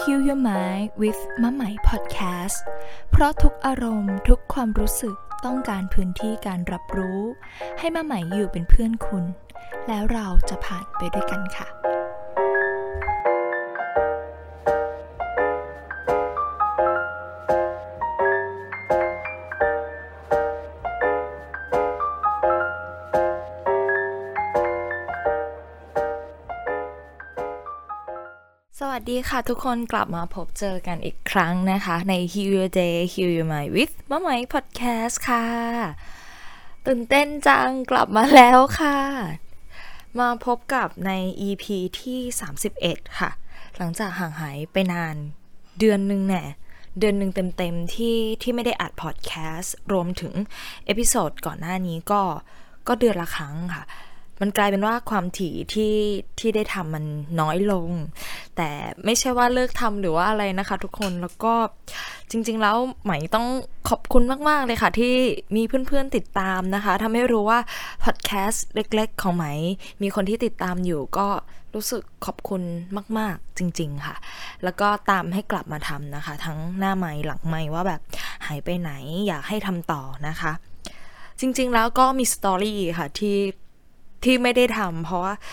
Heal Your Mind with มะไหม Podcast เพราะทุกอารมณ์ทุกความรู้สึกต้องการพื้นที่การรับรู้ให้มะไหมอยู่เป็นเพื่อนคุณแล้วเราจะผ่านไปด้วยกันค่ะสวัสดีค่ะทุกคนกลับมาพบเจอกันอีกครั้งนะคะใน Heal Your Day Heal Your Mind with มะไหม Podcast ค่ะตื่นเต้นจังกลับมาแล้วค่ะมาพบกับใน EP ที่31ค่ะหลังจากห่างหายไปนานเดือนนึงเต็มๆที่ไม่ได้อัด Podcast รวมถึงเอพิโซดก่อนหน้านี้ก็เดือนละครั้งค่ะมันกลายเป็นว่าความถี่ที่ได้ทำมันน้อยลงแต่ไม่ใช่ว่าเลิกทำหรือว่าอะไรนะคะทุกคนแล้วก็จริงๆแล้วไหมต้องขอบคุณมากๆเลยค่ะที่มีเพื่อนๆติดตามนะคะทำให้รู้ว่าพอดแคสต์เล็กๆของไหมมีคนที่ติดตามอยู่ก็รู้สึกขอบคุณมากๆจริงๆค่ะแล้วก็ตามให้กลับมาทำนะคะทั้งหน้าไมค์หลังไมค์ว่าแบบหายไปไหนอยากให้ทำต่อนะคะจริงๆแล้วก็มีสตอรี่ค่ะที่ไม่ได้ทำเพราะว่า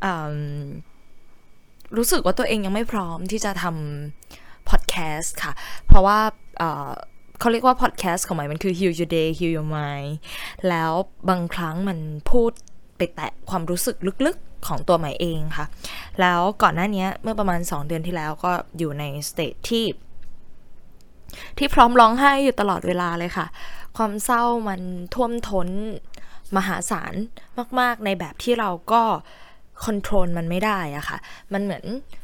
รู้สึกว่าตัวเองยังไม่พร้อมที่จะทำพอดแคสต์ค่ะเพราะว่าเขาเรียกว่าพอดแคสต์ของไหมมันคือ Heal Your Day Heal Your Mind แล้วบางครั้งมันพูดไปแตะความรู้สึกลึกๆของตัวไหมเองค่ะแล้วก่อนหน้านี้เมื่อประมาณ2 เดือนที่แล้วก็อยู่ในสเตจที่พร้อมร้องไห้อยู่ตลอดเวลาเลยค่ะความเศร้ามันท่วมท้นมหาศาลมากๆในแบบที่เราก็คอนโทรลมันไม่ได้อะค่ะมันเหมือน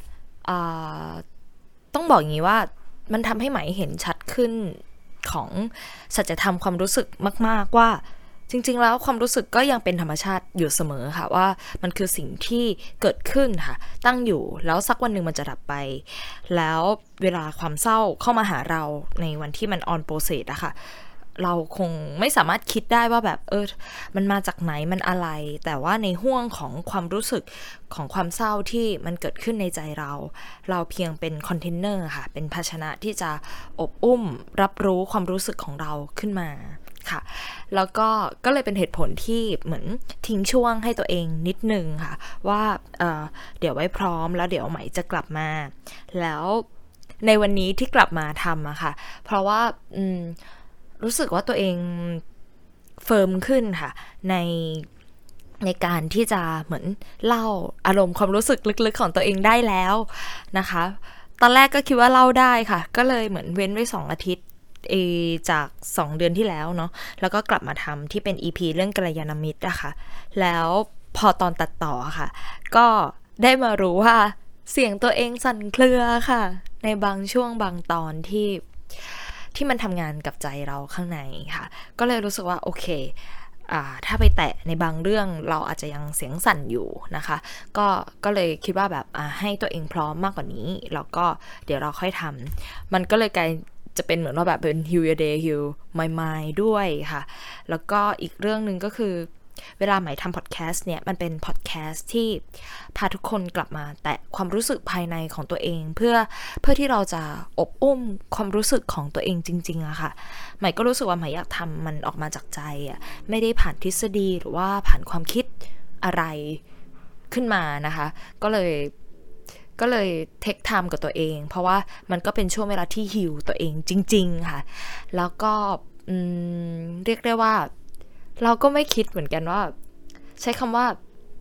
ต้องบอกอย่างนี้ว่ามันทำให้ไหมเห็นชัดขึ้นของสัจธรรมความรู้สึกมากๆว่าจริงๆแล้วความรู้สึกก็ยังเป็นธรรมชาติอยู่เสมอค่ะว่ามันคือสิ่งที่เกิดขึ้นค่ะตั้งอยู่แล้วสักวันหนึ่งมันจะดับไปแล้วเวลาความเศร้าเข้ามาหาเราในวันที่มันออนโปรเซสอะค่ะเราคงไม่สามารถคิดได้ว่าแบบมันมาจากไหนมันอะไรแต่ว่าในห้วงของความรู้สึกของความเศร้าที่มันเกิดขึ้นในใจเราเพียงเป็นคอนเทนเนอร์ค่ะเป็นภาชนะที่จะอบอุ้มรับรู้ความรู้สึกของเราขึ้นมาค่ะแล้วก็เลยเป็นเหตุผลที่เหมือนทิ้งช่วงให้ตัวเองนิดนึงค่ะว่าเดี๋ยวไว้พร้อมแล้วเดี๋ยวไหมจะกลับมาแล้วในวันนี้ที่กลับมาทำอะค่ะเพราะว่ารู้สึกว่าตัวเองเฟิร์มขึ้นค่ะในการที่จะเหมือนเล่าอารมณ์ความรู้สึกลึกๆของตัวเองได้แล้วนะคะตอนแรกก็คิดว่าเล่าได้ค่ะก็เลยเหมือนเว้นไว้2 อาทิตย์จาก2 เดือนที่แล้วเนาะแล้วก็กลับมาทำที่เป็น EP เรื่องกัลยาณมิตรอะค่ะแล้วพอตอนตัดต่อค่ะก็ได้มารู้ว่าเสียงตัวเองสั่นเครือค่ะในบางช่วงบางตอนที่มันทำงานกับใจเราข้างในค่ะก็เลยรู้สึกว่าโอเคถ้าไปแตะในบางเรื่องเราอาจจะยังเสียงสั่นอยู่นะคะก็เลยคิดว่าแบบให้ตัวเองพร้อมมากกว่านี้แล้วก็เดี๋ยวเราค่อยทำมันก็เลยกลายจะเป็นเหมือนว่าแบบเป็น Heal Your Day Heal My Mind ด้วยค่ะแล้วก็อีกเรื่องนึงก็คือเวลาไหมทำพอดแคสต์เนี่ยมันเป็นพอดแคสต์ที่พาทุกคนกลับมาแตะความรู้สึกภายในของตัวเองเพื่อที่เราจะอบอุ้มความรู้สึกของตัวเองจริงๆอะค่ะไหมก็รู้สึกว่าไหมอยากทำมันออกมาจากใจอะไม่ได้ผ่านทฤษฎีหรือว่าผ่านความคิดอะไรขึ้นมานะคะก็เลยเทคไทม์กับตัวเองเพราะว่ามันก็เป็นช่วงเวลาที่ฮีลตัวเองจริงๆค่ะแล้วก็เรียกได้ว่าเราก็ไม่คิดเหมือนกันว่าใช้คำว่า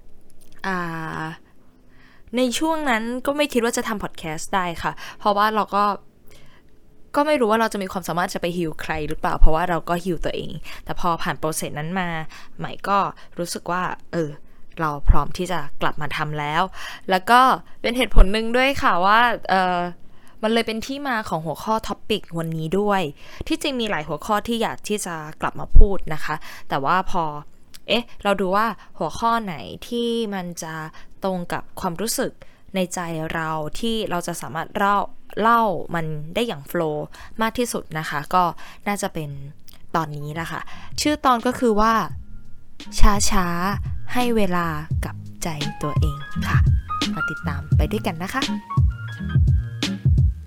ในช่วงนั้นก็ไม่คิดว่าจะทำพอดแคสต์ได้ค่ะเพราะว่าเราก็ไม่รู้ว่าเราจะมีความสามารถจะไปฮีลใครหรือเปล่าเพราะว่าเราก็ฮีลตัวเองแต่พอผ่านโปรเซสนั้นมาใหม่ก็รู้สึกว่าเราพร้อมที่จะกลับมาทำแล้วก็เป็นเหตุผลหนึ่งด้วยค่ะว่ามันเลยเป็นที่มาของหัวข้อท็อปิกวันนี้ด้วยที่จริงมีหลายหัวข้อที่อยากที่จะกลับมาพูดนะคะแต่ว่าพอเราดูว่าหัวข้อไหนที่มันจะตรงกับความรู้สึกในใจเราที่เราจะสามารถเล่ามันได้อย่างโฟลว์มากที่สุดนะคะก็น่าจะเป็นตอนนี้ละค่ะชื่อตอนก็คือว่าช้าๆให้เวลากับใจตัวเองค่ะมาติดตามไปด้วยกันนะคะ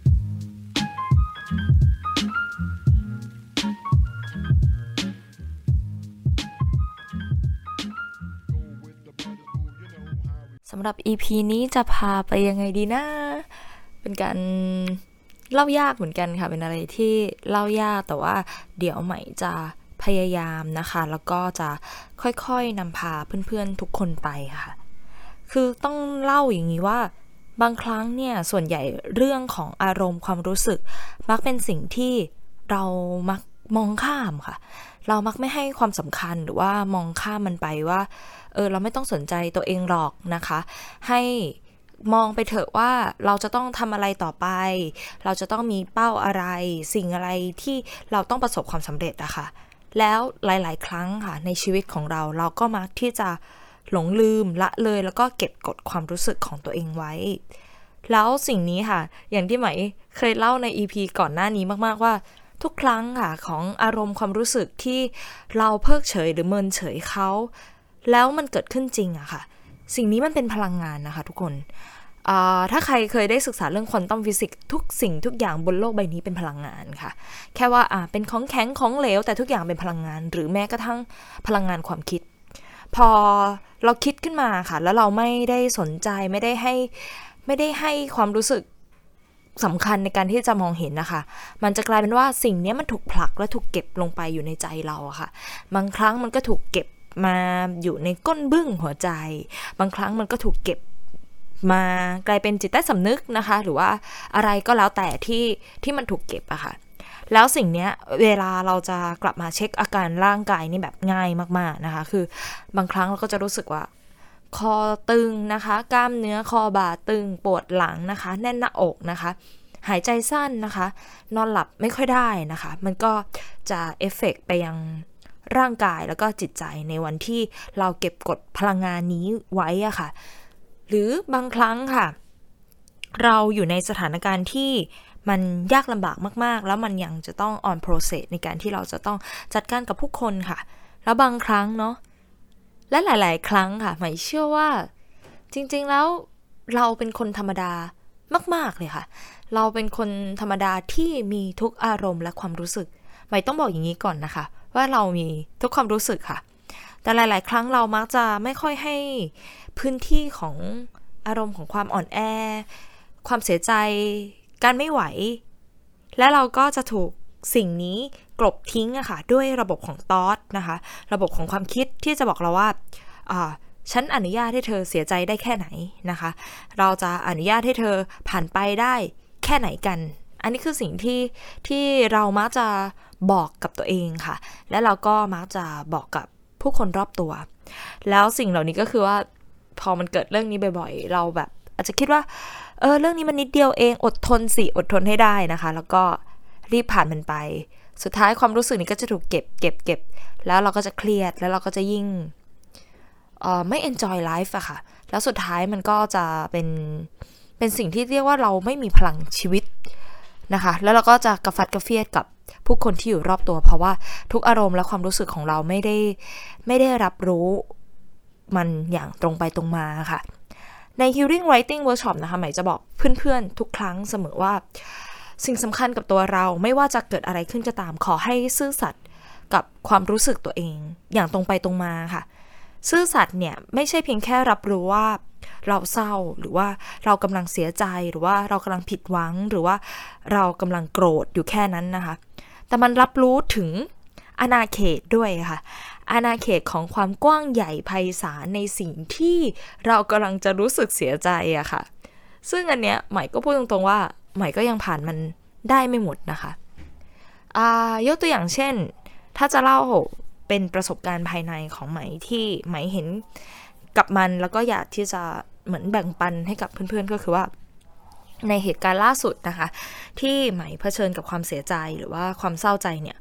สำหรับ EP นี้จะพาไปยังไงดีนะเป็นการเล่ายากเหมือนกันค่ะเป็นอะไรที่เล่ายากแต่ว่าเดี๋ยวใหม่จะพยายามนะคะแล้วก็จะค่อยๆนำพาเพื่อนๆทุกคนไปค่ะคือต้องเล่าอย่างนี้ว่าบางครั้งเนี่ยส่วนใหญ่เรื่องของอารมณ์ความรู้สึกมักเป็นสิ่งที่เรามักมองข้ามค่ะเรามักไม่ให้ความสำคัญหรือว่ามองข้ามมันไปว่าเราไม่ต้องสนใจตัวเองหรอกนะคะให้มองไปเถอะว่าเราจะต้องทำอะไรต่อไปเราจะต้องมีเป้าอะไรสิ่งอะไรที่เราต้องประสบความสำเร็จอะค่ะแล้วหลายๆครั้งค่ะในชีวิตของเราก็มักที่จะหลงลืมละเลยแล้วก็เก็บกดความรู้สึกของตัวเองไว้แล้วสิ่งนี้ค่ะอย่างที่ไหมเคยเล่าใน EP ก่อนหน้านี้มากๆว่าทุกครั้งค่ะของอารมณ์ความรู้สึกที่เราเพิกเฉยหรือเมินเฉยเขาแล้วมันเกิดขึ้นจริงอะค่ะสิ่งนี้มันเป็นพลังงานนะคะทุกคนถ้าใครเคยได้ศึกษาเรื่องควอนตัมฟิสิกส์ทุกสิ่งทุกอย่างบนโลกใบนี้เป็นพลังงานค่ะแค่ว่าเป็นของแข็งของเหลวแต่ทุกอย่างเป็นพลังงานหรือแม้กระทั่งพลังงานความคิดพอเราคิดขึ้นมาค่ะแล้วเราไม่ได้สนใจไม่ได้ให้ความรู้สึกสำคัญในการที่จะมองเห็นนะคะมันจะกลายเป็นว่าสิ่งนี้มันถูกผลักและถูกเก็บลงไปอยู่ในใจเราอะค่ะบางครั้งมันก็ถูกเก็บมาอยู่ในก้นบึ้งหัวใจบางครั้งมันก็ถูกเก็บมากลายเป็นจิตใต้สำนึกนะคะหรือว่าอะไรก็แล้วแต่ที่มันถูกเก็บอะค่ะแล้วสิ่งนี้เวลาเราจะกลับมาเช็คอาการร่างกายนี่แบบง่ายมากๆนะคะคือบางครั้งเราก็จะรู้สึกว่าคอตึงนะคะกล้ามเนื้อคอบ่าตึงปวดหลังนะคะแน่นหน้าอกนะคะหายใจสั้นนะคะนอนหลับไม่ค่อยได้นะคะมันก็จะเอฟเฟกต์ไปยังร่างกายแล้วก็จิตใจในวันที่เราเก็บกดพลังงานนี้ไว้อะค่ะหรือบางครั้งค่ะเราอยู่ในสถานการณ์ที่มันยากลำบากมากๆแล้วมันยังจะต้อง on process ในการที่เราจะต้องจัดการกับผู้คนค่ะแล้วบางครั้งเนาะและหลายๆครั้งค่ะหมายเชื่อว่าจริงๆแล้วเราเป็นคนธรรมดามากๆเลยค่ะเราเป็นคนธรรมดาที่มีทุกอารมณ์และความรู้สึกหมายต้องบอกอย่างนี้ก่อนนะคะว่าเรามีทุกความรู้สึกค่ะแต่หลายๆครั้งเรามักจะไม่ค่อยให้พื้นที่ของอารมณ์ของความอ่อนแอความเสียใจการไม่ไหวและเราก็จะถูกสิ่งนี้กลบทิ้งอะค่ะด้วยระบบของทอทนะคะระบบของความคิดที่จะบอกเราว่าฉันอนุญาตให้เธอเสียใจได้แค่ไหนนะคะเราจะอนุญาตให้เธอผ่านไปได้แค่ไหนกันอันนี้คือสิ่งที่เรามักจะบอกกับตัวเองค่ะและเราก็มักจะบอกกับผู้คนรอบตัวแล้วสิ่งเหล่านี้ก็คือว่าพอมันเกิดเรื่องนี้บ่อยๆเราแบบอาจจะคิดว่าเรื่องนี้มันนิดเดียวเองอดทนให้ได้นะคะแล้วก็รีบผ่านมันไปสุดท้ายความรู้สึกนี้ก็จะถูกเก็บแล้วเราก็จะเครียดแล้วเราก็จะยิ่งไม่ enjoy life อะค่ะแล้วสุดท้ายมันก็จะเป็นสิ่งที่เรียกว่าเราไม่มีพลังชีวิตนะคะแล้วเราก็จะกระฟัดกระเฟียดกับผู้คนที่อยู่รอบตัวเพราะว่าทุกอารมณ์และความรู้สึกของเราไม่ได้รับรู้มันอย่างตรงไปตรงมาค่ะใน Healing Writing Workshop นะคะหมายจะบอกเพื่อนๆทุกครั้งเสมอว่าสิ่งสำคัญกับตัวเราไม่ว่าจะเกิดอะไรขึ้นก็ตามขอให้ซื่อสัตย์กับความรู้สึกตัวเองอย่างตรงไปตรงมาค่ะซื่อสัตย์เนี่ยไม่ใช่เพียงแค่รับรู้ว่าเราเศร้าหรือว่าเรากำลังเสียใจหรือว่าเรากำลังผิดหวังหรือว่าเรากำลังโกรธอยู่แค่นั้นนะคะแต่มันรับรู้ถึงอาณาเขตด้วยค่ะอาณาเขตของความกว้างใหญ่ไพศาลในสิ่งที่เรากำลังจะรู้สึกเสียใจอะค่ะซึ่งอันเนี้ยใหม่ก็พูดตรงๆว่าใหม่ก็ยังผ่านมันได้ไม่หมดนะคะยกตัวอย่างเช่นถ้าจะเล่าเป็นประสบการณ์ภายในของไหมที่ไหมเห็นกับมันแล้วก็อยากที่จะเหมือนแบ่งปันให้กับเพื่อนๆก็คือว่าในเหตุการณ์ล่าสุดนะคะที่ไหมเผชิญกับความเสียใจหรือว่าความเศร้าใจเนี่ย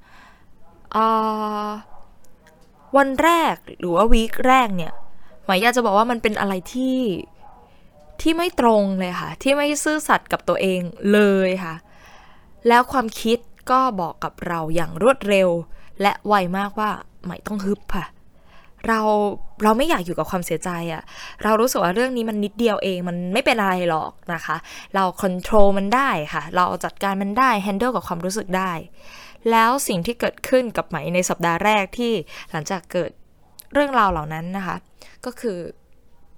วันแรกหรือว่าวีคแรกเนี่ยไหมอยากจะบอกว่ามันเป็นอะไรที่ไม่ตรงเลยค่ะที่ไม่ซื่อสัตย์กับตัวเองเลยค่ะแล้วความคิดก็บอกกับเราอย่างรวดเร็วและไวมากว่าไม่ต้องฮึบค่ะเราไม่อยากอยู่กับความเสียใจอ่ะเรารู้สึกว่าเรื่องนี้มันนิดเดียวเองมันไม่เป็นอะไรหรอกนะคะเราคอนโทรลมันได้ค่ะเราจัดการมันได้แฮนเดิลกับความรู้สึกได้แล้วสิ่งที่เกิดขึ้นกับไหมในสัปดาห์แรกที่หลังจากเกิดเรื่องราวเหล่านั้นนะคะก็คือ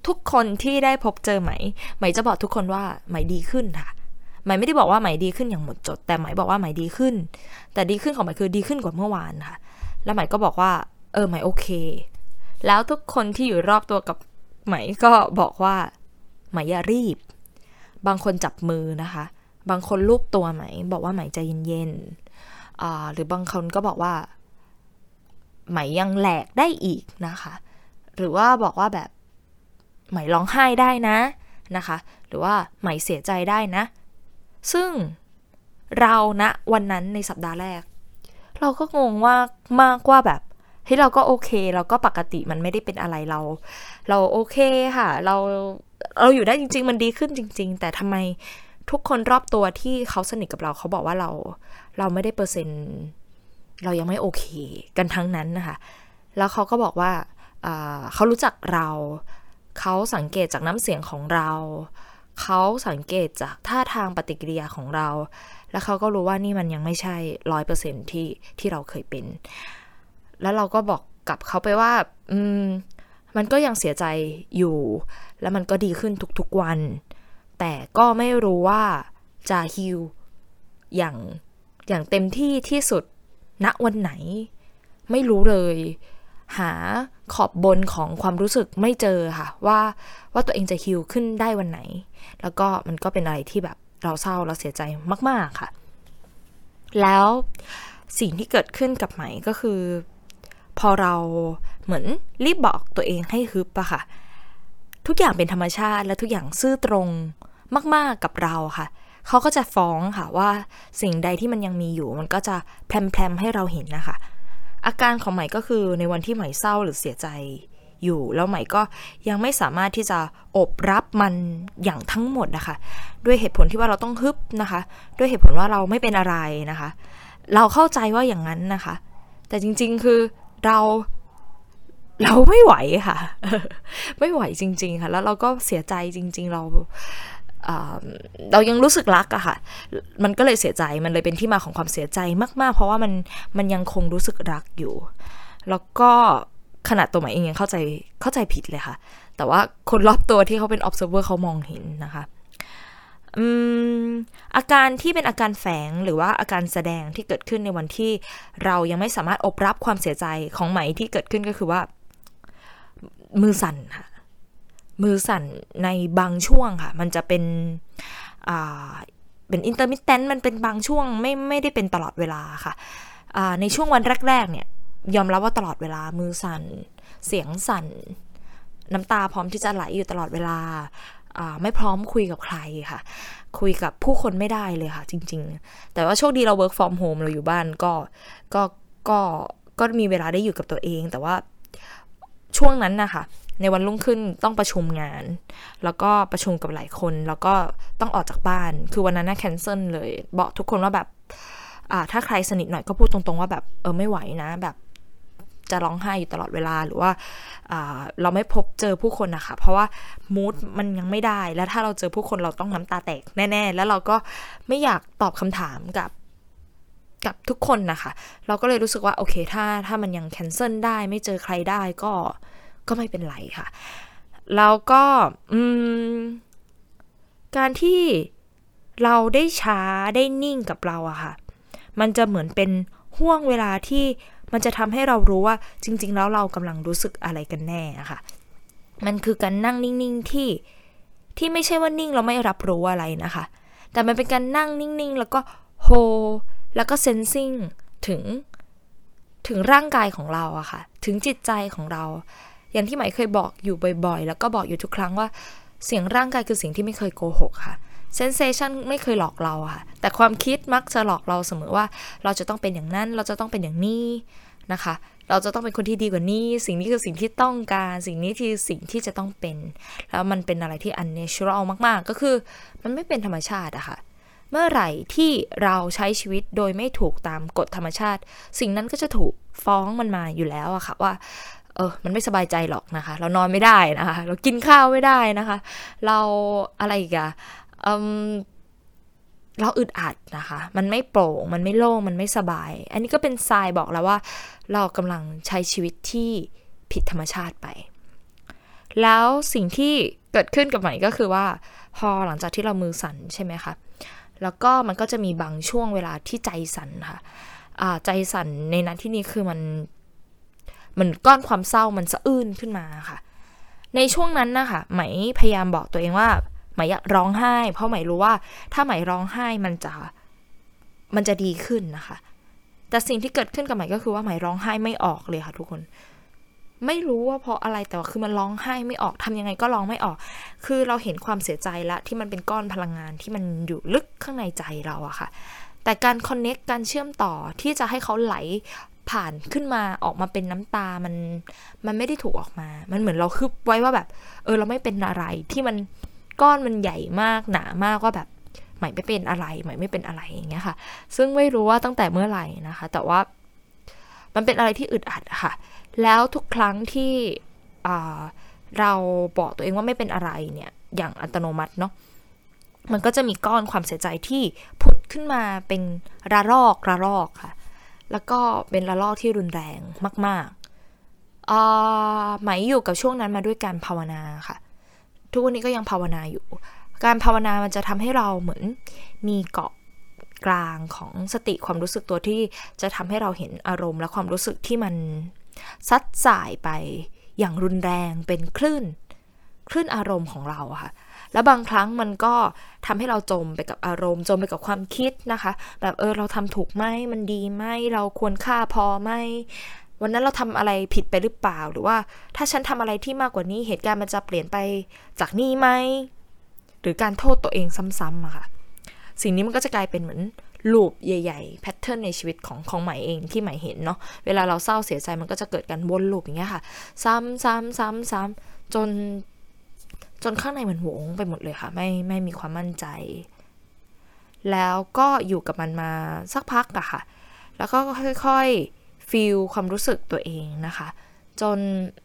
ทุกคนที่ได้พบเจอไหมจะบอกทุกคนว่าไหมดีขึ้นค่ะไหมไม่ได้บอกว่าไหมดีขึ้นอย่างหมดจดแต่ไหมบอกว่าไหมดีขึ้นแต่ดีขึ้นของไหมคือดีขึ้นกว่าเมื่อวานค่ะแล้วไหมก็บอกว่าไหมโอเคแล้วทุกคนที่อยู่รอบตัวกับไหมก็บอกว่าไหมอย่ารีบบางคนจับมือนะคะบางคนลูบตัวไหมบอกว่าไหมใจเย็นๆหรือบางคนก็บอกว่าไหมยังแหลกได้อีกนะคะหรือว่าบอกว่าแบบไหมร้องไห้ได้นะคะหรือว่าไหมเสียใจได้นะซึ่งเราณวันนั้นในสัปดาห์แรกเราก็งงมากว่าแบบเฮ้ยเราก็โอเคเราก็ปกติมันไม่ได้เป็นอะไรเราโอเคค่ะเราอยู่ได้จริงๆมันดีขึ้นจริงๆแต่ทำไมทุกคนรอบตัวที่เขาสนิทกับเราเขาบอกว่าเราไม่ได้เปอร์เซ็นต์เรายังไม่โอเคกันทั้งนั้นนะคะแล้วเขาก็บอกว่าเขารู้จักเราเขาสังเกตจากน้ำเสียงของเราเขาสังเกตจากท่าทางปฏิกิริยาของเราแล้วเขาก็รู้ว่านี่มันยังไม่ใช่ 100% ที่เราเคยเป็นแล้วเราก็บอกกับเขาไปว่ามันก็ยังเสียใจอยู่แล้วมันก็ดีขึ้นทุกๆวันแต่ก็ไม่รู้ว่าจะฮีลอย่างเต็มที่ที่สุดณวันไหนไม่รู้เลยหาขอบบนของความรู้สึกไม่เจอค่ะว่าตัวเองจะฮีลขึ้นได้วันไหนแล้วก็มันก็เป็นอะไรที่แบบเราเศร้าเราเสียใจมากๆค่ะแล้วสิ่งที่เกิดขึ้นกับไหมก็คือพอเราเหมือนรีบบอกตัวเองให้ฮึบอะค่ะทุกอย่างเป็นธรรมชาติและทุกอย่างซื่อตรงมากๆกับเราค่ะเขาก็จะฟ้องค่ะว่าสิ่งใดที่มันยังมีอยู่มันก็จะแพรมๆให้เราเห็นนะคะอาการของไหมก็คือในวันที่ไหมเศร้าหรือเสียใจอยู่แล้วไหมก็ยังไม่สามารถที่จะอบรับมันอย่างทั้งหมดนะคะด้วยเหตุผลที่ว่าเราต้องฮึบนะคะด้วยเหตุผลว่าเราไม่เป็นอะไรนะคะเราเข้าใจว่าอย่างนั้นนะคะแต่จริงๆคือเราไม่ไหวค่ะไม่ไหวจริงๆค่ะแล้วเราก็เสียใจจริงๆเรายังรู้สึกรักอะค่ะมันก็เลยเสียใจมันเลยเป็นที่มาของความเสียใจมากๆเพราะว่ามันยังคงรู้สึกรักอยู่แล้วก็ขนาดตัวใหม่เองยังเข้าใจผิดเลยค่ะแต่ว่าคนรอบตัวที่เขาเป็น observer เขามองเห็นนะคะอาการที่เป็นอาการแฝงหรือว่าอาการแสดงที่เกิดขึ้นในวันที่เรายังไม่สามารถอบรับความเสียใจของไหมที่เกิดขึ้นก็คือว่ามือสั่นค่ะมือสั่นในบางช่วงค่ะมันจะเป็นintermittent มันเป็นบางช่วงไม่ได้เป็นตลอดเวลาค่ะในช่วงวันแรกๆเนี่ยยอมรับว่าตลอดเวลามือสั่นเสียงสั่นน้ำตาพร้อมที่จะไหลอยู่ตลอดเวลาไม่พร้อมคุยกับใครค่ะคุยกับผู้คนไม่ได้เลยค่ะจริงๆแต่ว่าโชคดีเรา work from home เราอยู่บ้านก็มีเวลาได้อยู่กับตัวเองแต่ว่าช่วงนั้นนะคะในวันรุ่งขึ้นต้องประชุมงานแล้วก็ประชุมกับหลายคนแล้วก็ต้องออกจากบ้านคือวันนั้นน่ะแคนเซิลเลยบอกทุกคนว่าแบบถ้าใครสนิทหน่อยก็พูดตรงๆว่าแบบไม่ไหวนะแบบจะร้องไห้อยู่ตลอดเวลาหรือว่าเราไม่พบเจอผู้คนนะคะเพราะว่ามูดมันยังไม่ได้แล้วถ้าเราเจอผู้คนเราต้องน้ำตาแตกแน่ๆแล้วเราก็ไม่อยากตอบคำถามกับทุกคนนะคะเราก็เลยรู้สึกว่าโอเคถ้ามันยังแคนเซิลได้ไม่เจอใครได้ก็ไม่เป็นไรค่ะแล้วก็การที่เราได้ช้าได้นิ่งกับเราอะค่ะมันจะเหมือนเป็นห่วงเวลาที่มันจะทำให้เรารู้ว่าจริงๆแล้วเรากำลังรู้สึกอะไรกันแน่อะค่ะมันคือการนั่งนิ่งๆที่ไม่ใช่ว่านิ่งเราไม่รับรู้อะไรนะคะแต่มันเป็นการนั่งนิ่งๆแล้วก็โฮแล้วก็เซนซิ่งถึงร่างกายของเราอะค่ะถึงจิตใจของเราอย่างที่ไหมเคยบอกอยู่บ่อยๆแล้วก็บอกอยู่ทุกครั้งว่าเสียงร่างกายคือสิ่งที่ไม่เคยโกหกค่ะเซนเซชันไม่เคยหลอกเราค่ะแต่ความคิดมักจะหลอกเราเสมอว่าเราจะต้องเป็นอย่างนั้นเราจะต้องเป็นอย่างนี้นะคะเราจะต้องเป็นคนที่ดีกว่านี้สิ่งนี้คือสิ่งที่ต้องการสิ่งนี้คือสิ่งที่จะต้องเป็นแล้วมันเป็นอะไรที่ unnatural มากๆก็คือมันไม่เป็นธรรมชาติอะค่ะเมื่อไหร่ที่เราใช้ชีวิตโดยไม่ถูกตามกฎธรรมชาติสิ่งนั้นก็จะถูกฟ้องมันมาอยู่แล้วอะค่ะว่ามันไม่สบายใจหรอกนะคะเรานอนไม่ได้นะคะเรากินข้าวไม่ได้นะคะเราอะไรอีกอะเราอึดอัดนะคะมันไม่โปร่งมันไม่โล่งมันไม่สบายอันนี้ก็เป็นทรายบอกแล้วว่าเรากำลังใช้ชีวิตที่ผิดธรรมชาติไปแล้วสิ่งที่เกิดขึ้นกับใหม่ก็คือว่าพอหลังจากที่เรามือสั่นใช่ไหมคะแล้วก็มันก็จะมีบางช่วงเวลาที่ใจสั่นค่ะใจสั่นในนั้นที่นี้คือมันก้อนความเศร้ามันสะอื้นขึ้นมาค่ะในช่วงนั้นนะคะไหมพยายามบอกตัวเองว่าไหมอยากร้องไห้เพราะไหมรู้ว่าถ้าไหมร้องไห้มันจะดีขึ้นนะคะแต่สิ่งที่เกิดขึ้นกับไหมก็คือว่าไหมร้องไห้ไม่ออกเลยค่ะทุกคนไม่รู้ว่าเพราะอะไรแต่ว่าคือมันร้องไห้ไม่ออกทำยังไงก็ร้องไม่ออกคือเราเห็นความเสียใจละที่มันเป็นก้อนพลังงานที่มันอยู่ลึกข้างในใจเราอะค่ะแต่การคอนเนคการเชื่อมต่อที่จะให้เขาไหลผ่านขึ้นมาออกมาเป็นน้ำตามันไม่ได้ถูกออกมามันเหมือนเราคึบไว้ว่าแบบเราไม่เป็นอะไรที่มันก้อนมันใหญ่มากหนามากว่าแบบใหม่ไม่เป็นอะไรใหม่ไม่เป็นอะไรอย่างเงี้ยค่ะซึ่งไม่รู้ว่าตั้งแต่เมื่อไหร่นะคะแต่ว่ามันเป็นอะไรที่อึดอัดค่ะแล้วทุกครั้งที่เราบอกตัวเองว่าไม่เป็นอะไรเนี่ยอย่างอัตโนมัติเนาะมันก็จะมีก้อนความเสียใจที่ผุดขึ้นมาเป็นระลอกค่ะแล้วก็เป็นระลอกที่รุนแรงมากๆไหมอยู่กับช่วงนั้นมาด้วยการภาวนาค่ะทุกวันนี้ก็ยังภาวนาอยู่การภาวนามันจะทำให้เราเหมือนมีเกาะกลางของสติความรู้สึกตัวที่จะทำให้เราเห็นอารมณ์และความรู้สึกที่มันซัดสายไปอย่างรุนแรงเป็นคลื่นอารมณ์ของเราค่ะแล้วบางครั้งมันก็ทำให้เราจมไปกับอารมณ์จมไปกับความคิดนะคะแบบเราทำถูกไหมมันดีไหมเราควรค่าพอไหมวันนั้นเราทำอะไรผิดไปหรือเปล่าหรือว่าถ้าฉันทำอะไรที่มากกว่านี้เหตุการณ์มันจะเปลี่ยนไปจากนี้ไหมหรือการโทษตัวเองซ้ำๆอะค่ะสิ่งนี้มันก็จะกลายเป็นเหมือนลูปใหญ่ๆแพทเทิร์นในชีวิตของใหม่เองที่ใหม่เห็นเนาะเวลาเราเศร้าเสียใจมันก็จะเกิดการวนลูปอย่างเงี้ยค่ะซ้ำๆจนข้างในมันโหวงไปหมดเลยค่ะไม่มีความมั่นใจแล้วก็อยู่กับมันมาสักพักอะค่ะแล้วก็ค่อยๆฟีลความรู้สึกตัวเองนะคะจน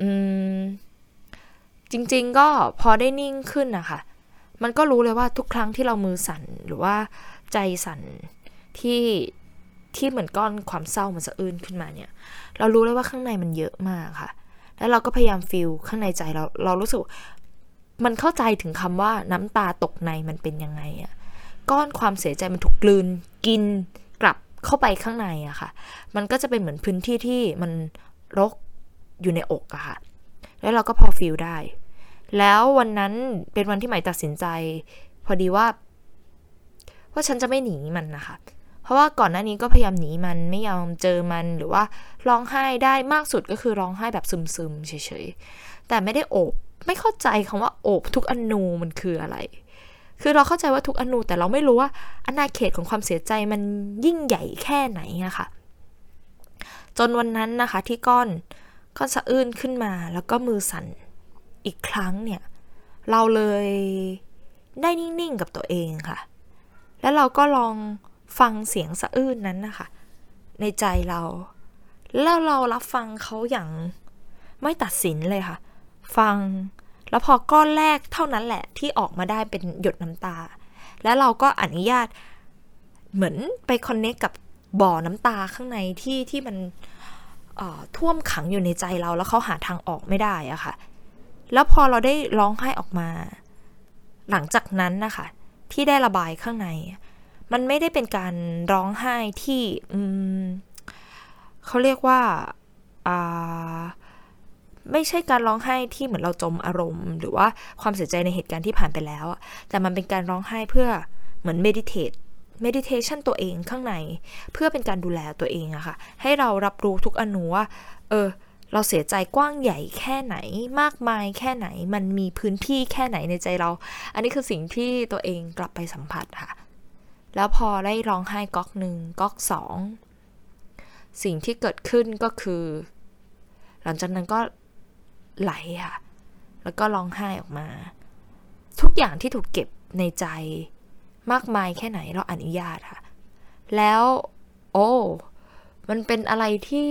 จริงๆก็พอได้นิ่งขึ้นนะคะมันก็รู้เลยว่าทุกครั้งที่เรามือสั่นหรือว่าใจสั่นที่เหมือนก้อนความเศร้ามันสะอื้นขึ้นมาเนี่ยเรารู้เลยว่าข้างในมันเยอะมากค่ะแล้วเราก็พยายามฟีลข้างในใจเรารู้สึกมันเข้าใจถึงคำว่าน้ำตาตกในมันเป็นยังไงอะก้อนความเสียใจมันถูกกลืนกินกลับเข้าไปข้างในอะค่ะมันก็จะเป็นเหมือนพื้นที่ที่มันรกอยู่ในอกอะค่ะแล้วเราก็พอฟีลได้แล้ววันนั้นเป็นวันที่ใหม่ตัดสินใจพอดีว่าฉันจะไม่หนีมันนะคะเพราะว่าก่อนหน้านี้ก็พยายามหนีมันไม่ยอมเจอมันหรือว่าร้องไห้ได้มากสุดก็คือร้องไห้แบบซึมๆเฉยๆแต่ไม่ได้โอบไม่เข้าใจคำว่าโอบทุกอนูมันคืออะไรคือเราเข้าใจว่าทุกอนูแต่เราไม่รู้ว่าอาณาเขตของความเสียใจมันยิ่งใหญ่แค่ไหนอะค่ะจนวันนั้นนะคะที่ก้อนสะอื้นขึ้นมาแล้วก็มือสั่นอีกครั้งเนี่ยเราเลยได้นิ่งๆกับตัวเองค่ะแล้วเราก็ลองฟังเสียงสะอื้นนั้นนะคะในใจเราแล้วเรารับฟังเขาอย่างไม่ตัดสินเลยค่ะฟังแล้วพอก้อนแรกเท่านั้นแหละที่ออกมาได้เป็นหยดน้ำตาแล้วเราก็อนุญาตเหมือนไปคอนเนคกับบ่อน้ำตาข้างในที่มันท่วมขังอยู่ในใจเราแล้วเขาหาทางออกไม่ได้อะค่ะแล้วพอเราได้ร้องไห้ออกมาหลังจากนั้นนะคะที่ได้ระบายข้างในมันไม่ได้เป็นการร้องไห้ที่เขาเรียกว่าไม่ใช่การร้องไห้ที่เหมือนเราจมอารมณ์หรือว่าความเสียใจในเหตุการณ์ที่ผ่านไปแล้วแต่มันเป็นการร้องไห้เพื่อเหมือนmeditation ตัวเองข้างในเพื่อเป็นการดูแลตัวเองอะค่ะให้เรารับรู้ทุกอนูว่าเราเสียใจกว้างใหญ่แค่ไหนมากมายแค่ไหนมันมีพื้นที่แค่ไหนในใจเราอันนี้คือสิ่งที่ตัวเองกลับไปสัมผัสค่ะแล้วพอได้ร้องไห้ก๊อก1ก๊อก2สิ่งที่เกิดขึ้นก็คือหลังจากนั้นก็ไหลค่ะแล้วก็ร้องไห้ออกมาทุกอย่างที่ถูกเก็บในใจมากมายแค่ไหนเราอนุญาตค่ะแล้วมันเป็นอะไรที่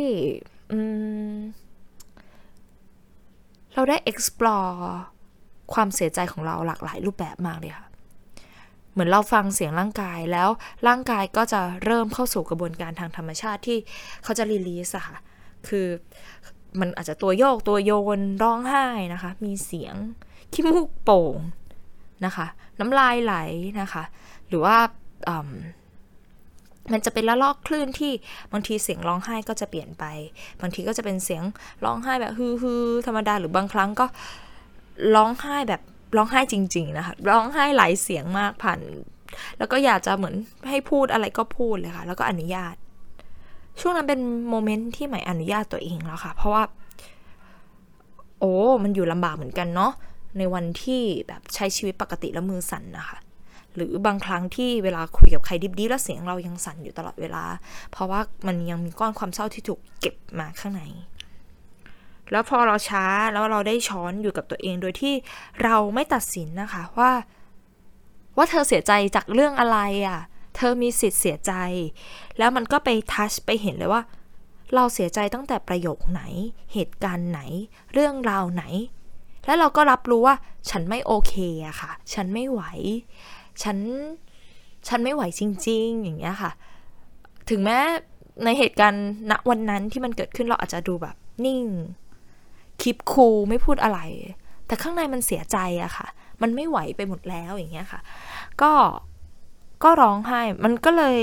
เราได้ explore ความเสียใจของเราหลากหลายรูปแบบมากเลยค่ะเหมือนเราฟังเสียงร่างกายแล้วร่างกายก็จะเริ่มเข้าสู่กระบวนการทางธรรมชาติที่เขาจะรีลีสอะค่ะคือมันอาจจะตัวโยกตัวโยนร้องไห้นะคะมีเสียงขี้มูกโป่งนะคะน้ำลายไหลนะคะหรือว่ามันจะเป็นละลอกคลื่นที่บางทีเสียงร้องไห้ก็จะเปลี่ยนไปบางทีก็จะเป็นเสียงร้องไห้แบบฮือๆธรรมดาหรือบางครั้งก็ร้องไห้แบบร้องไห้จริงๆนะคะร้องไห้หลายเสียงมากผ่านแล้วก็อยากจะเหมือนให้พูดอะไรก็พูดเลยค่ะแล้วก็อนุญาตช่วงนั้นเป็นโมเมนต์ที่ใหม่อนุญาตตัวเองแล้วค่ะเพราะว่ามันอยู่ลำบากเหมือนกันเนาะในวันที่แบบใช้ชีวิตปกติแล้วมือสั่นนะคะหรือบางครั้งที่เวลาคุยกับใครดิบๆแล้วเสียงเรายังสั่นอยู่ตลอดเวลาเพราะว่ามันยังมีก้อนความเศร้าที่ถูกเก็บมาข้างในแล้วพอเราช้าแล้วเราได้ช้อนอยู่กับตัวเองโดยที่เราไม่ตัดสินนะคะว่าเธอเสียใจจากเรื่องอะไรอ่ะเธอมีสิทธิ์เสียใจแล้วมันก็ไปทัชไปเห็นเลยว่าเราเสียใจตั้งแต่ประโยคไหนเหตุการณ์ไหนเรื่องราวไหนแล้วเราก็รับรู้ว่าฉันไม่โอเคอะค่ะฉันไม่ไหวฉันไม่ไหวจริงๆอย่างเงี้ยค่ะถึงแม้ในเหตุการณ์ณวันนั้นที่มันเกิดขึ้นเราอาจจะดูแบบนิ่งคีปคูลไม่พูดอะไรแต่ข้างในมันเสียใจอะค่ะมันไม่ไหวไปหมดแล้วอย่างเงี้ยค่ะก็ร้องไห้มันก็เลย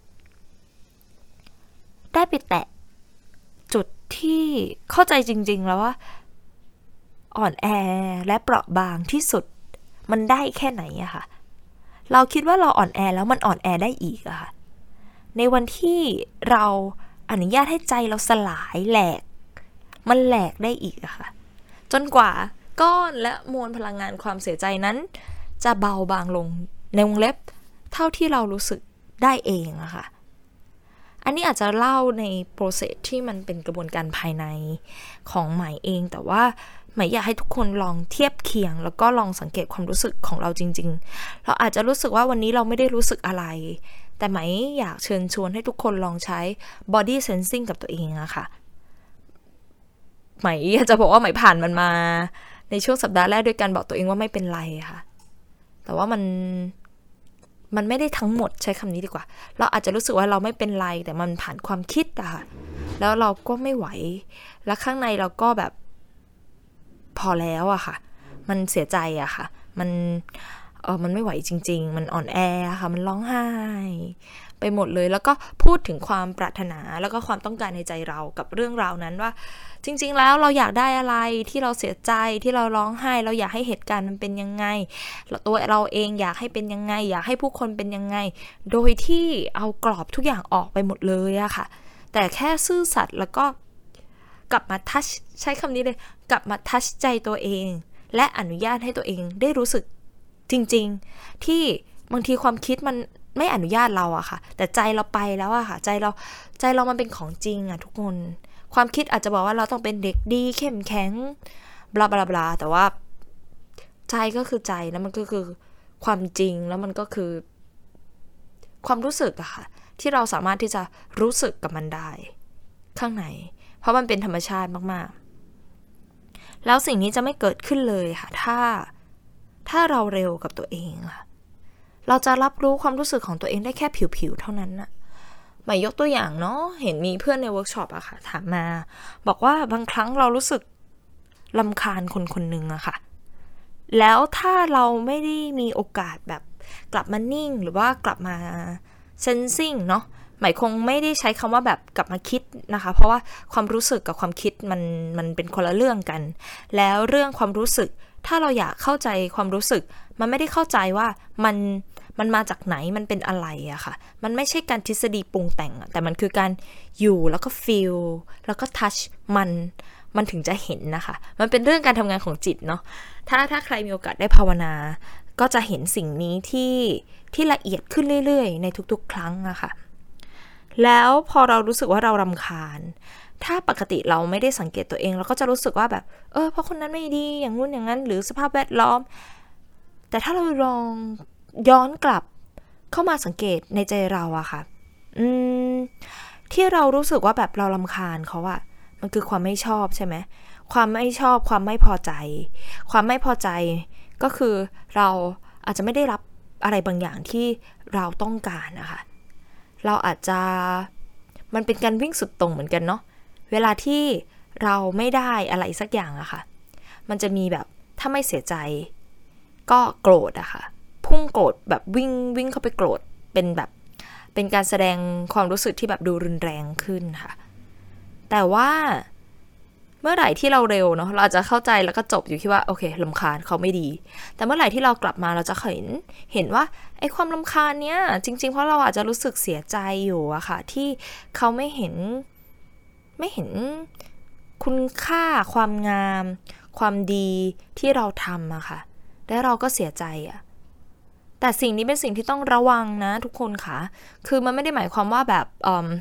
ได้ไปแตะจุดที่เข้าใจจริงๆแล้วว่าอ่อนแอและเปราะบางที่สุดมันได้แค่ไหนอะค่ะเราคิดว่าเราอ่อนแอแล้วมันอ่อนแอได้อีกอะค่ะในวันที่เราอนุญาตให้ใจเราสลายแหลกมันแหลกได้อีกอะค่ะจนกว่าก้อนและมวลพลังงานความเสียใจนั้นจะเบาบางลงในวงเล็บเท่าที่เรารู้สึกได้เองอะค่ะอันนี้อาจจะเล่าในโปรเซสที่มันเป็นกระบวนการภายในของใหม่เองแต่ว่าใหม่อยากให้ทุกคนลองเทียบเคียงแล้วก็ลองสังเกตความรู้สึกของเราจริงๆเราอาจจะรู้สึกว่าวันนี้เราไม่ได้รู้สึกอะไรแต่ใหม่อยากเชิญชวนให้ทุกคนลองใช้ body sensing กับตัวเองอะค่ะใหม่อยากจะบอกว่าใหม่ผ่านมันมาในช่วงสัปดาห์แรกด้วยการบอกตัวเองว่าไม่เป็นไรค่ะแต่ว่ามันไม่ได้ทั้งหมดใช้คำนี้ดีกว่าเราอาจจะรู้สึกว่าเราไม่เป็นไรแต่มันผ่านความคิดอะค่ะแล้วเราก็ไม่ไหวแล้วข้างในเราก็แบบพอแล้วอะค่ะมันเสียใจอะค่ะมันไม่ไหวจริงๆมันอ่อนแอค่ะมันร้องไห้ไปหมดเลยแล้วก็พูดถึงความปรารถนาแล้วก็ความต้องการในใจเรากับเรื่องราวนั้นว่าจริงๆแล้วเราอยากได้อะไรที่เราเสียใจที่เราร้องไห้เราอยากให้เหตุการณ์มันเป็นยังไงตัวเราเองอยากให้เป็นยังไงอยากให้ผู้คนเป็นยังไงโดยที่เอากรอบทุกอย่างออกไปหมดเลยอะค่ะแต่แค่ซื่อสัตย์แล้วก็กลับมาทัชใช้คำนี้เลยกลับมาทัชใจตัวเองและอนุญาตให้ตัวเองได้รู้สึกจริงๆที่บางทีความคิดมันไม่อนุญาตเราอะค่ะแต่ใจเราไปแล้วอะค่ะใจเรามันเป็นของจริงอะทุกคนความคิดอาจจะบอกว่าเราต้องเป็นเด็กดีเข้มแข็งบลาบลาบลาแต่ว่าใจก็คือใจแล้วมันก็คือความจริงแล้วมันก็คือความรู้สึกอะค่ะที่เราสามารถที่จะรู้สึกกับมันได้ข้างในเพราะมันเป็นธรรมชาติมากๆแล้วสิ่งนี้จะไม่เกิดขึ้นเลยค่ะถ้าเราเร็วกับตัวเองค่ะเราจะรับรู้ความรู้สึกของตัวเองได้แค่ผิวๆเท่านั้นน่ะหมายยกตัวอย่างเนาะเห็นมีเพื่อนในเวิร์กช็อปอะค่ะถามมาบอกว่าบางครั้งเรารู้สึกรำคาญคนๆนึงอะค่ะแล้วถ้าเราไม่ได้มีโอกาสแบบกลับมานิ่งหรือว่ากลับมาเซนซิ่งเนาะหมายคงไม่ได้ใช้คำว่าแบบกลับมาคิดนะคะเพราะว่าความรู้สึกกับความคิดมันเป็นคนละเรื่องกันแล้วเรื่องความรู้สึกถ้าเราอยากเข้าใจความรู้สึกมันไม่ได้เข้าใจว่ามันมาจากไหนมันเป็นอะไรอะค่ะมันไม่ใช่การทฤษฎีปรุงแต่งแต่มันคือการอยู่แล้วก็ฟีลแล้วก็ทัชมันถึงจะเห็นนะคะมันเป็นเรื่องการทำงานของจิตเนาะถ้าใครมีโอกาสได้ภาวนาก็จะเห็นสิ่งนี้ที่ละเอียดขึ้นเรื่อยๆในทุกๆครั้งอะค่ะแล้วพอเรารู้สึกว่าเรารำคาญถ้าปกติเราไม่ได้สังเกตตัวเองเราก็จะรู้สึกว่าแบบเพราะคนนั้นไม่ดีอย่างงู้นอย่างนั้นหรือสภาพแวดล้อมแต่ถ้าเราลองย้อนกลับเข้ามาสังเกตในใจเราอะค่ะที่เรารู้สึกว่าแบบเรารำคาญเขาอะมันคือความไม่ชอบใช่ไหมความไม่ชอบความไม่พอใจความไม่พอใจก็คือเราอาจจะไม่ได้รับอะไรบางอย่างที่เราต้องการนะคะเราอาจจะมันเป็นการวิ่งสุดตรงเหมือนกันเนาะเวลาที่เราไม่ได้อะไรสักอย่างอะค่ะมันจะมีแบบถ้าไม่เสียใจก็โกรธอะค่ะพุ่งโกรธแบบวิ่งเข้าไปโกรธเป็นแบบเป็นการแสดงความรู้สึกที่แบบดูรุนแรงขึ้นค่ะแต่ว่าเมื่อไหร่ที่เราเร็วเนาะเราจะเข้าใจแล้วก็จบอยู่ที่ว่าโอเครำคาญเขาไม่ดีแต่เมื่อไหร่ที่เรากลับมาเราจะเห็นว่าไอ้ความรำคาญเนี้ยจริงๆเพราะเราอาจจะรู้สึกเสียใจอยู่อะค่ะที่เขาไม่เห็นคุณค่าความงามความดีที่เราทำอะค่ะและเราก็เสียใจอะแต่สิ่งนี้เป็นสิ่งที่ต้องระวังนะทุกคนค่ะคือมันไม่ได้หมายความว่าแบบ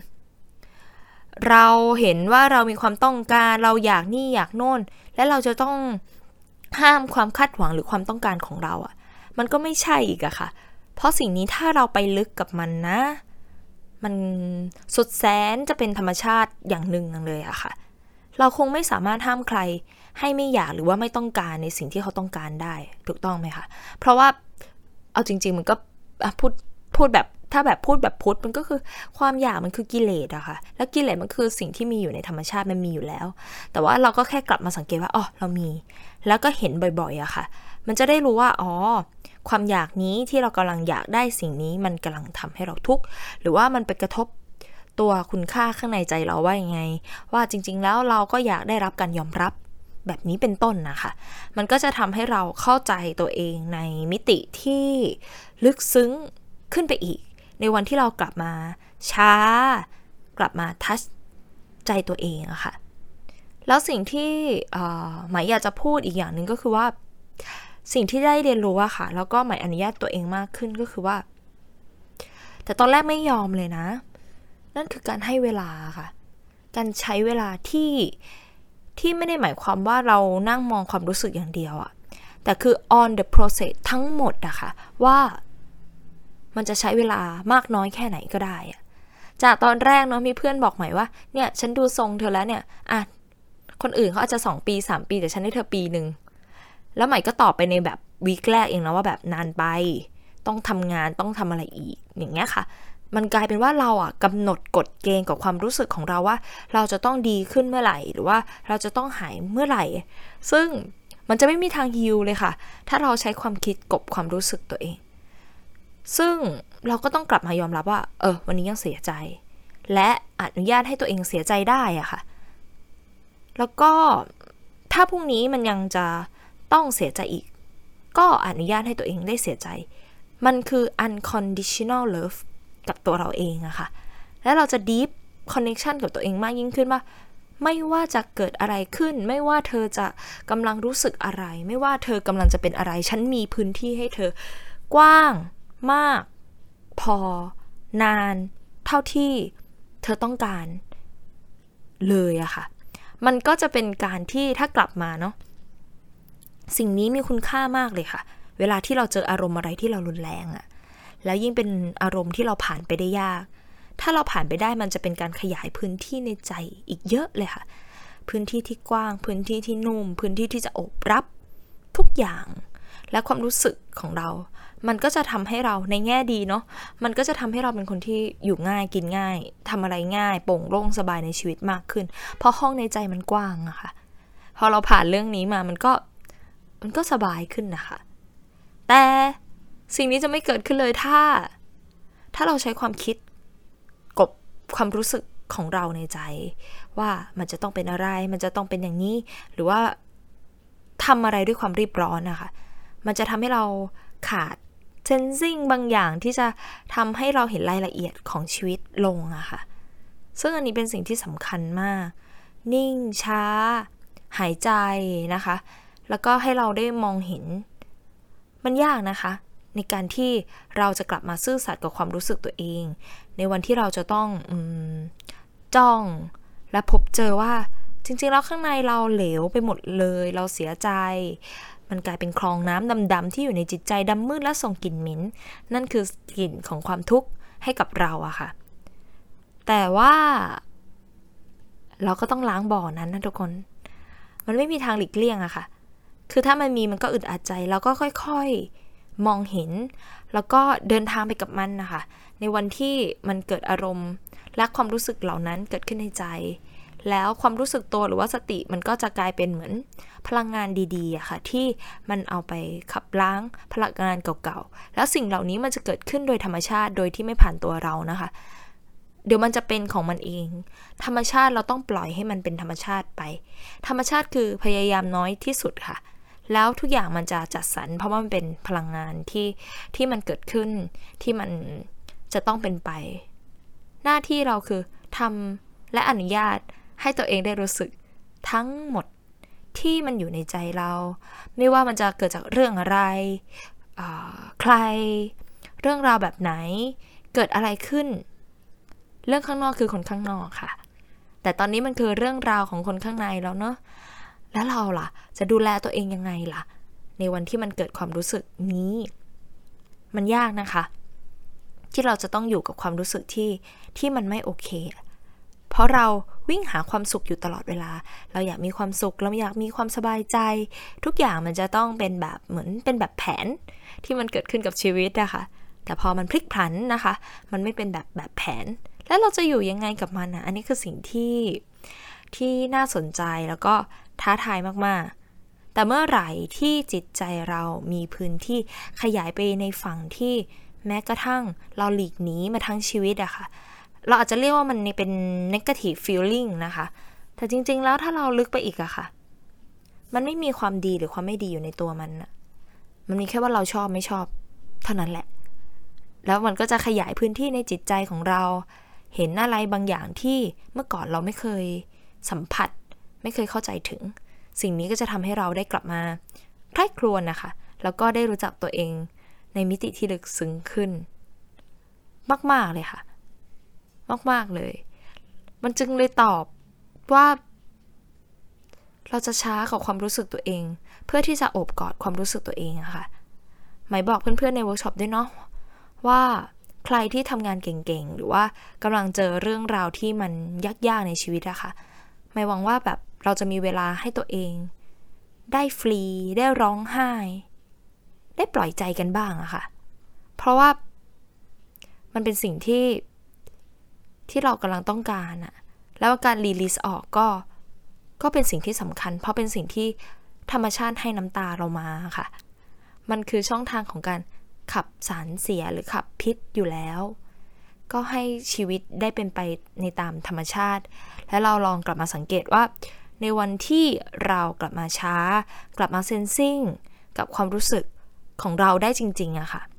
เราเห็นว่าเรามีความต้องการเราอยากนี่อยากโน่นและเราจะต้องห้ามความคาดหวังหรือความต้องการของเราอะมันก็ไม่ใช่อีกอะค่ะเพราะสิ่งนี้ถ้าเราไปลึกกับมันนะมันสุดแสนจะเป็นธรรมชาติอย่างหนึ่งเลยอะค่ะเราคงไม่สามารถห้ามใครให้ไม่อยากหรือว่าไม่ต้องการในสิ่งที่เขาต้องการได้ถูกต้องไหมคะเพราะว่าเอาจริงๆมันก็พูดแบบถ้าแบบพูดแบบพุทธมันก็คือความอยากมันคือกิเลสอะค่ะแล้วกิเลสมันคือสิ่งที่มีอยู่ในธรรมชาติมันมีอยู่แล้วแต่ว่าเราก็แค่กลับมาสังเกตว่าอ๋อเรามีแล้วก็เห็นบ่อยๆอะค่ะมันจะได้รู้ว่าอ๋อความอยากนี้ที่เรากำลังอยากได้สิ่งนี้มันกำลังทำให้เราทุกข์หรือว่ามันไปกระทบตัวคุณค่าข้างในใจเราว่ายังไงว่าจริงๆแล้วเราก็อยากได้รับการยอมรับแบบนี้เป็นต้นนะคะมันก็จะทำให้เราเข้าใจตัวเองในมิติที่ลึกซึ้งขึ้นไปอีกในวันที่เรากลับมาช้ากลับมาทัชใจตัวเองอะค่ะแล้วสิ่งที่หมายอยากจะพูดอีกอย่างหนึ่งก็คือว่าสิ่งที่ได้เรียนรู้อะค่ะแล้วก็หมายอนุญาตตัวเองมากขึ้นก็คือว่าแต่ตอนแรกไม่ยอมเลยนะนั่นคือการให้เวลาค่ะการใช้เวลาที่ไม่ได้หมายความว่าเรานั่งมองความรู้สึกอย่างเดียวอะแต่คือ on the process ทั้งหมดอะค่ะว่ามันจะใช้เวลามากน้อยแค่ไหนก็ได้อะจากตอนแรกเนาะมีเพื่อนบอกใหม่ว่าเนี่ยฉันดูทรงเธอแล้วเนี่ยอ่ะคนอื่นเขาอาจจะ2 ปี3 ปีแต่ฉันให้เธอปีนึงแล้วใหม่ก็ตอบไปในแบบวีคแรกเองนะว่าแบบนานไปต้องทำงานต้องทำอะไรอีกอย่างเงี้ยค่ะมันกลายเป็นว่าเรากำหนดกฎเกณฑ์กับความรู้สึกของเราว่าเราจะต้องดีขึ้นเมื่อไหร่หรือว่าเราจะต้องหายเมื่อไหร่ซึ่งมันจะไม่มีทางฮีลเลยค่ะถ้าเราใช้ความคิดกบความรู้สึกตัวเองซึ่งเราก็ต้องกลับมายอมรับว่าวันนี้ยังเสียใจและอนุญาตให้ตัวเองเสียใจได้อะค่ะแล้วก็ถ้าพรุ่งนี้มันยังจะต้องเสียใจอีกก็อนุญาตให้ตัวเองได้เสียใจมันคือ unconditional love กับตัวเราเองอะค่ะและเราจะ deep connection กับตัวเองมากยิ่งขึ้นว่าไม่ว่าจะเกิดอะไรขึ้นไม่ว่าเธอจะกำลังรู้สึกอะไรไม่ว่าเธอกำลังจะเป็นอะไรฉันมีพื้นที่ให้เธอกว้างมากพอนานเท่าที่เธอต้องการเลยอะค่ะมันก็จะเป็นการที่ถ้ากลับมาเนาะสิ่งนี้มีคุณค่ามากเลยค่ะเวลาที่เราเจออารมณ์อะไรที่เรารุนแรงอะแล้วยิ่งเป็นอารมณ์ที่เราผ่านไปได้ยากถ้าเราผ่านไปได้มันจะเป็นการขยายพื้นที่ในใจอีกเยอะเลยค่ะพื้นที่ที่กว้างพื้นที่ที่นุ่มพื้นที่ที่จะอบรับทุกอย่างและความรู้สึกของเรามันก็จะทำให้เราในแง่ดีเนาะมันก็จะทำให้เราเป็นคนที่อยู่ง่ายกินง่ายทำอะไรง่ายโปร่งโล่งสบายในชีวิตมากขึ้นเพราะห้องในใจมันกว้างอะค่ะพอเราผ่านเรื่องนี้มามันก็สบายขึ้นนะคะแต่สิ่งนี้จะไม่เกิดขึ้นเลยถ้าเราใช้ความคิดกบความรู้สึกของเราในใจว่ามันจะต้องเป็นอะไรมันจะต้องเป็นอย่างนี้หรือว่าทำอะไรด้วยความรีบร้อนนะคะมันจะทำให้เราขาดเซนซิ่งบางอย่างที่จะทำให้เราเห็นรายละเอียดของชีวิตลงอะค่ะซึ่งอันนี้เป็นสิ่งที่สำคัญมากนิ่งช้าหายใจนะคะแล้วก็ให้เราได้มองเห็นมันยากนะคะในการที่เราจะกลับมาซื่อสัตย์กับความรู้สึกตัวเองในวันที่เราจะต้องจ้องและพบเจอว่าจริงๆแล้วข้างในเราเหลวไปหมดเลยเราเสียใจมันกลายเป็นคลองน้ำดำๆที่อยู่ในจิตใจดำมืดและส่งกลิ่นเหม็นนั่นคือกลิ่นของความทุกข์ให้กับเราอะค่ะแต่ว่าเราก็ต้องล้างบ่อนั้นนะทุกคนมันไม่มีทางหลีกเลี่ยงอะค่ะคือถ้ามันมีมันก็อึดอัดใจแล้วก็ค่อยๆมองเห็นแล้วก็เดินทางไปกับมันนะคะในวันที่มันเกิดอารมณ์และความรู้สึกเหล่านั้นเกิดขึ้นในใจแล้วความรู้สึกตัวหรือว่าสติมันก็จะกลายเป็นเหมือนพลังงานดีๆอะค่ะที่มันเอาไปขับล้างพลังงานเก่าๆแล้วสิ่งเหล่านี้มันจะเกิดขึ้นโดยธรรมชาติโดยที่ไม่ผ่านตัวเรานะคะเดี๋ยวมันจะเป็นของมันเองธรรมชาติเราต้องปล่อยให้มันเป็นธรรมชาติไปธรรมชาติคือพยายามน้อยที่สุดค่ะแล้วทุกอย่างมันจะจัดสรรเพราะว่ามันเป็นพลังงานที่มันเกิดขึ้นที่มันจะต้องเป็นไปหน้าที่เราคือทำและอนุญาตให้ตัวเองได้รู้สึกทั้งหมดที่มันอยู่ในใจเราไม่ว่ามันจะเกิดจากเรื่องอะไรใครเรื่องราวแบบไหนเกิดอะไรขึ้นเรื่องข้างนอกคือคนข้างนอกค่ะแต่ตอนนี้มันคือเรื่องราวของคนข้างในแล้วเนอะแล้วเราล่ะจะดูแลตัวเองยังไงล่ะในวันที่มันเกิดความรู้สึกนี้มันยากนะคะที่เราจะต้องอยู่กับความรู้สึกที่มันไม่โอเคเพราะเราวิ่งหาความสุขอยู่ตลอดเวลาเราอยากมีความสุขเราอยากมีความสบายใจทุกอย่างมันจะต้องเป็นแบบเหมือนเป็นแบบแผนที่มันเกิดขึ้นกับชีวิตนะคะแต่พอมันพลิกผันนะคะมันไม่เป็นแบบแผนแล้วเราจะอยู่ยังไงกับมันอันนี้คือสิ่งที่น่าสนใจแล้วก็ท้าทายมากๆแต่เมื่อไหร่ที่จิตใจเรามีพื้นที่ขยายไปในฝั่งที่แม้กระทั่งเราหลีกหนีมาทั้งชีวิตอะค่ะเราอาจจะเรียกว่ามันเป็น negative feeling นะคะแต่จริงๆแล้วถ้าเราลึกไปอีกอะค่ะมันไม่มีความดีหรือความไม่ดีอยู่ในตัวมันอะมันมีแค่ว่าเราชอบไม่ชอบเท่านั้นแหละแล้วมันก็จะขยายพื้นที่ในจิตใจของเราเห็นอะไรบางอย่างที่เมื่อก่อนเราไม่เคยสัมผัสไม่เคยเข้าใจถึงสิ่งนี้ก็จะทำให้เราได้กลับมาใคร่ครวญนะคะแล้วก็ได้รู้จักตัวเองในมิติที่ลึกซึ้งขึ้นมากๆเลยค่ะมากๆเลยมันจึงเลยตอบว่าเราจะช้ากับความรู้สึกตัวเองเพื่อที่จะโอบกอดความรู้สึกตัวเองอะค่ะหมายบอกเพื่อนๆในเวิร์กช็อปด้วยเนาะว่าใครที่ทำงานเก่งๆหรือว่ากำลังเจอเรื่องราวที่มันยากๆในชีวิตอะค่ะหมายหวังว่าแบบเราจะมีเวลาให้ตัวเองได้ฟรีได้ร้องไห้ได้ปล่อยใจกันบ้างอะค่ะเพราะว่ามันเป็นสิ่งที่เรากำลังต้องการอะแล้วการรีลีสออกก็เป็นสิ่งที่สำคัญเพราะเป็นสิ่งที่ธรรมชาติให้น้ำตาเรามาค่ะมันคือช่องทางของการขับสารเสียหรือขับพิษอยู่แล้วก็ให้ชีวิตได้เป็นไปในตามธรรมชาติและเราลองกลับมาสังเกตว่าในวันที่เรากลับมาช้ากลับมาเซนซิ่งกับความรู้สึกของเราได้จริงๆอะค่ะ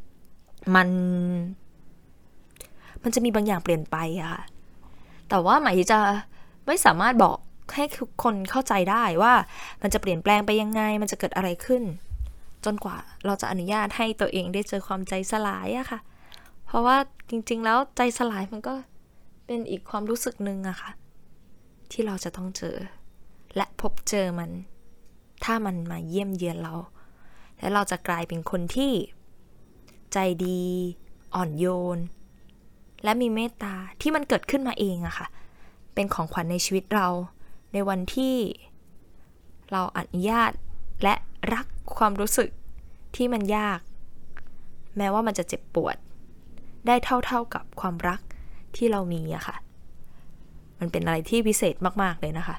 มันจะมีบางอย่างเปลี่ยนไปอะค่ะแต่ว่าหมายจะไม่สามารถบอกให้ทุกคนเข้าใจได้ว่ามันจะเปลี่ยนแปลงไปยังไงมันจะเกิดอะไรขึ้นจนกว่าเราจะอนุญาตให้ตัวเองได้เจอความใจสลายอะค่ะเพราะว่าจริงๆแล้วใจสลายมันก็เป็นอีกความรู้สึกนึงอะค่ะที่เราจะต้องเจอและพบเจอมันถ้ามันมาเยี่ยมเยือนเราและเราจะกลายเป็นคนที่ใจดีอ่อนโยนและมีเมตตาที่มันเกิดขึ้นมาเองอะค่ะเป็นของขวัญในชีวิตเราในวันที่เราอนุญาตและรักความรู้สึกที่มันยากแม้ว่ามันจะเจ็บปวดได้เท่ากับความรักที่เรามีอะค่ะมันเป็นอะไรที่พิเศษมากๆเลยนะคะ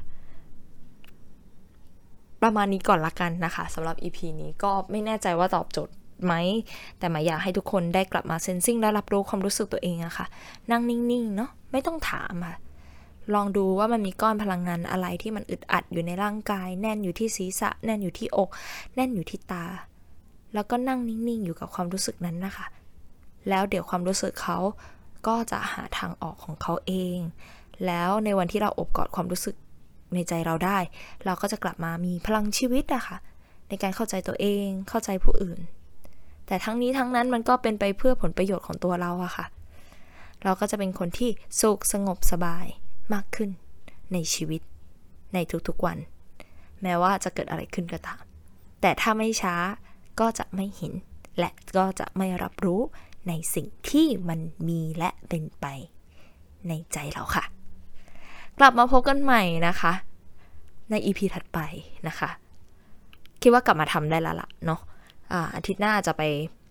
ประมาณนี้ก่อนละกันนะคะสำหรับ EP นี้ก็ไม่แน่ใจว่าตอบโจทย์ไหมแต่หมายอยากให้ทุกคนได้กลับมาเซนซิ่งและรับรู้ความรู้สึกตัวเองอะค่ะนั่งนิ่งๆเนาะไม่ต้องถามค่ะลองดูว่ามันมีก้อนพลังงานอะไรที่มันอึดอัดอยู่ในร่างกายแน่นอยู่ที่ศีรษะแน่นอยู่ที่อกแน่นอยู่ที่ตาแล้วก็นั่งนิ่งๆอยู่กับความรู้สึกนั้นนะคะแล้วเดี๋ยวความรู้สึกเขาก็จะหาทางออกของเขาเองแล้วในวันที่เราอบกอดความรู้สึกในใจเราได้เราก็จะกลับมามีพลังชีวิตอะค่ะในการเข้าใจตัวเองเข้าใจผู้อื่นแต่ทั้งนี้ทั้งนั้นมันก็เป็นไปเพื่อผลประโยชน์ของตัวเราอะค่ะเราก็จะเป็นคนที่สุขสงบสบายมากขึ้นในชีวิตในทุกๆวันแม้ว่าจะเกิดอะไรขึ้นก็ตามแต่ถ้าไม่ช้าก็จะไม่เห็นและก็จะไม่รับรู้ในสิ่งที่มันมีและเป็นไปในใจเราค่ะกลับมาพบกันใหม่นะคะใน EP ถัดไปนะคะคิดว่ากลับมาทำได้แล้วล่ะเนาะอาทิตย์หน้าจะไป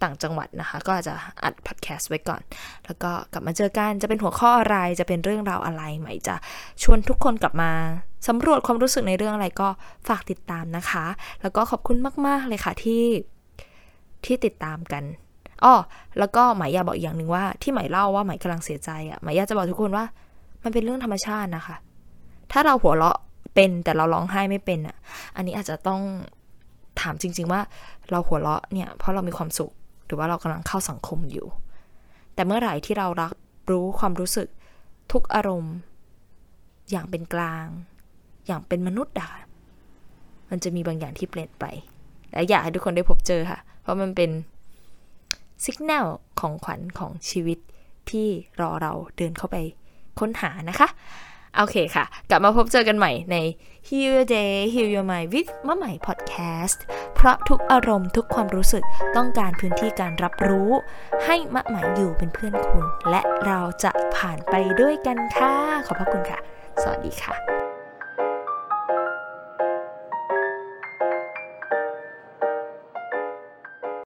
ต่างจังหวัดนะคะก็อาจจะอัดพอดแคสต์ไว้ก่อนแล้วก็กลับมาเจอกันจะเป็นหัวข้ออะไรจะเป็นเรื่องราวอะไรใหม่จะชวนทุกคนกลับมาสำรวจความรู้สึกในเรื่องอะไรก็ฝากติดตามนะคะแล้วก็ขอบคุณมากๆเลยค่ะที่ติดตามกันแล้วก็หมายอยากบอกอีกอย่างนึงว่าที่หมายเล่าว่าหมายกำลังเสียใจหมายอยากจะบอกทุกคนว่ามันเป็นเรื่องธรรมชาตินะคะถ้าเราหัวเราะเป็นแต่เราร้องไห้ไม่เป็นอันนี้อาจจะต้องถามจริงๆว่าเราหัวเราะเนี่ยเพราะเรามีความสุขหรือว่าเรากำลังเข้าสังคมอยู่แต่เมื่อไหร่ที่เรารับรู้ความรู้สึกทุกอารมณ์อย่างเป็นกลางอย่างเป็นมนุษย์มันจะมีบางอย่างที่เปลี่ยนไปและอยากให้ทุกคนได้พบเจอค่ะเพราะมันเป็นสัญญาณของขวัญของชีวิตที่รอเราเดินเข้าไปค้นหานะคะโอเคค่ะกลับมาพบเจอกันใหม่ใน Heal Your Day Heal Your Mind with มะใหม่ Podcast เพราะทุกอารมณ์ทุกความรู้สึกต้องการพื้นที่การรับรู้ให้มะใหม่อยู่เป็นเพื่อนคุณและเราจะผ่านไปด้วยกันค่ะขอบพระคุณค่ะสวัสดีค่ะ